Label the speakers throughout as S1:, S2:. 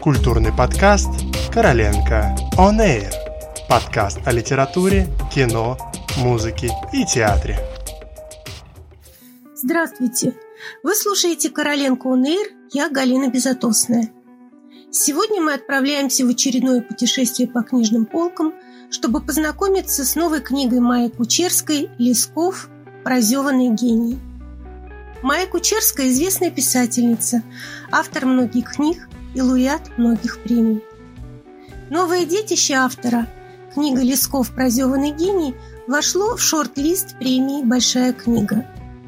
S1: Культурный подкаст «Короленко On Air». Подкаст о литературе, кино, музыке и театре.
S2: Здравствуйте! Вы слушаете «Короленко On Air», я Галина Безотосная. Сегодня мы отправляемся в очередное путешествие по книжным полкам, чтобы познакомиться с новой книгой Майи Кучерской «Лесков. Прозеванный гений». Майя Кучерская – известная писательница, автор многих книг и лауреат многих премий. Новое детище автора, книга «Лесков. Прозеванный гений», вошло в шорт-лист премии «Большая книга».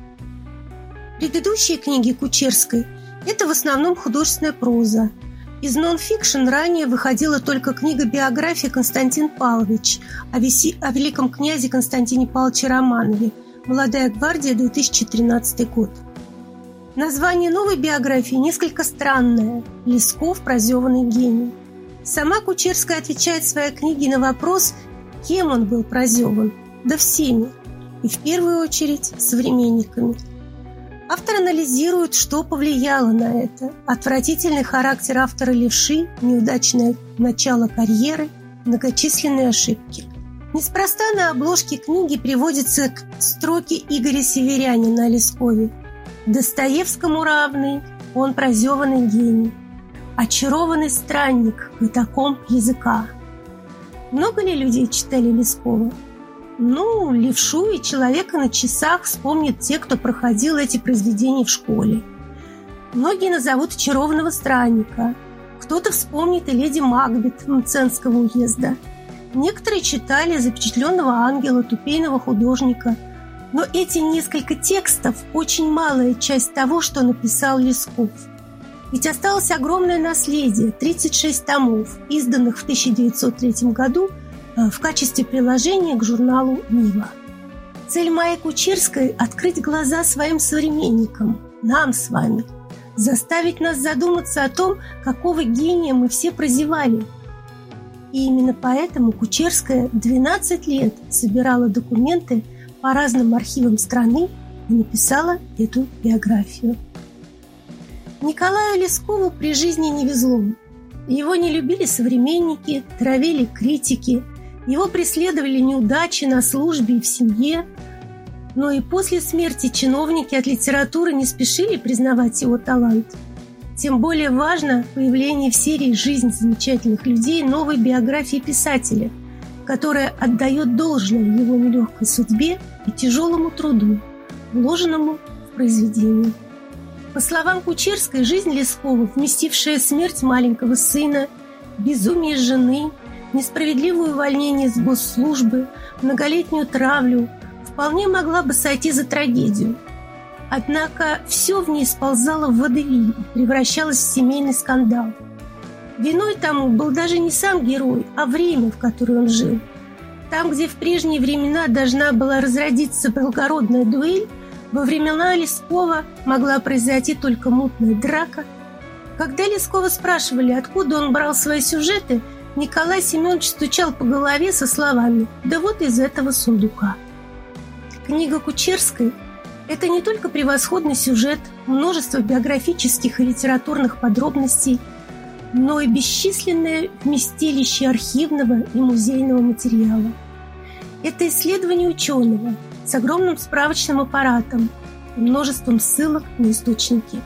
S2: Предыдущие книги Кучерской – это в основном художественная проза. Из нон-фикшн ранее выходила только книга-биография Константин Павлович о великом князе Константине Павловиче Романове «Молодая гвардия, 2013 год». Название новой биографии несколько странное – «Лесков. Прозеванный гений». Сама Кучерская отвечает в своей книге на вопрос, кем он был прозеван, да всеми, и в первую очередь современниками. Автор анализирует, что повлияло на это: отвратительный характер автора левши, неудачное начало карьеры, многочисленные ошибки. Неспроста на обложке книги приводятся строки Игоря Северянина о Лескове. Достоевскому равный, он прозеванный гений, очарованный странник, катакомб языка. Много ли людей читали Лескова? Левшу и человека на часах вспомнят те, кто проходил эти произведения в школе. Многие назовут очарованного странника. Кто-то вспомнит и леди Макбет Мценского уезда. Некоторые читали запечатленного ангела, тупейного художника. Но эти несколько текстов – очень малая часть того, что написал Лесков. Ведь осталось огромное наследие – 36 томов, изданных в 1903 году в качестве приложения к журналу «Нива». Цель Майи Кучерской – открыть глаза своим современникам, нам с вами, заставить нас задуматься о том, какого гения мы все прозевали. И именно поэтому Кучерская 12 лет собирала документы по разным архивам страны и написала эту биографию. Николаю Лескову при жизни не везло. Его не любили современники, травили критики, его преследовали неудачи на службе и в семье. Но и после смерти чиновники от литературы не спешили признавать его талант. Тем более важно появление в серии «Жизнь замечательных людей» новой биографии писателя, которая отдает должное его нелегкой судьбе и тяжелому труду, вложенному в произведение. По словам Кучерской, жизнь Лескова, вместившая смерть маленького сына, безумие жены, несправедливое увольнение с госслужбы, многолетнюю травлю, вполне могла бы сойти за трагедию. Однако все в ней сползало в водевиль и превращалось в семейный скандал. Виной тому был даже не сам герой, а время, в которое он жил. Там, где в прежние времена должна была разродиться благородная дуэль, во времена Лескова могла произойти только мутная драка. Когда Лескова спрашивали, откуда он брал свои сюжеты, Николай Семенович стучал по голове со словами «Да вот из этого сундука». Книга Кучерской – это не только превосходный сюжет, множество биографических и литературных подробностей, но и бесчисленное вместилище архивного и музейного материала. Это исследование ученого с огромным справочным аппаратом и множеством ссылок на источники.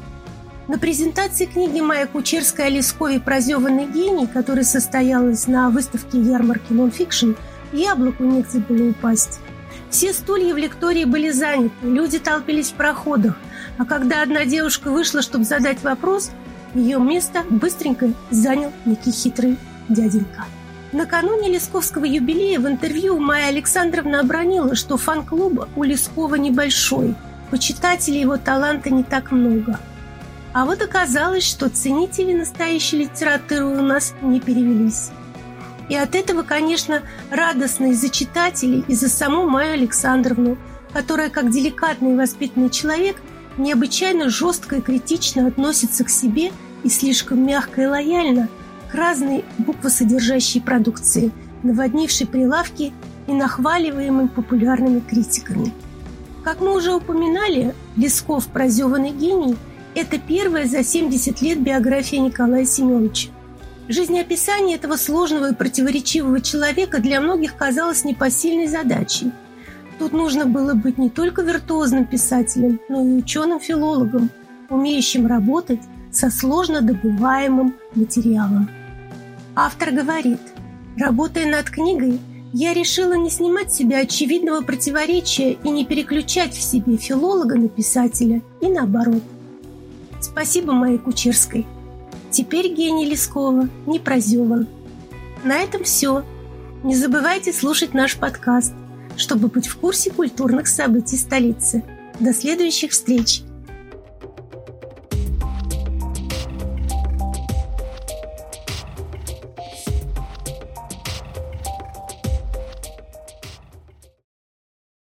S2: На презентации книги Майи Кучерской о Лескове «Прозеванный гений», которая состоялась на выставке ярмарки нон-фикшн, яблоку негде было упасть. Все стулья в лектории были заняты, люди толпились в проходах, а когда одна девушка вышла, чтобы задать вопрос, ее место быстренько занял некий хитрый дяденька. Накануне Лесковского юбилея в интервью Майя Александровна обронила, что фан-клуб у Лескова небольшой, почитателей его таланта не так много. А вот оказалось, что ценители настоящей литературы у нас не перевелись. И от этого, конечно, радостно и за читателей, и за саму Майю Александровну, которая, как деликатный и воспитанный человек, необычайно жестко и критично относится к себе и слишком мягко и лояльно к разной буквосодержащей продукции, наводнившей прилавки и нахваливаемой популярными критиками. Как мы уже упоминали, Лесков «Прозеванный гений» Это первая за 70 лет биография Николая Семеновича. Жизнеописание этого сложного и противоречивого человека для многих казалось непосильной задачей. Тут нужно было быть не только виртуозным писателем, но и ученым-филологом, умеющим работать со сложно добываемым материалом. Автор говорит: «Работая над книгой, я решила не снимать с себя очевидного противоречия и не переключать в себе филолога на писателя и наоборот. Спасибо моей Кучерской. Теперь гений Лескова не прозеван». На этом все. Не забывайте слушать наш подкаст, чтобы быть в курсе культурных событий столицы. До следующих встреч!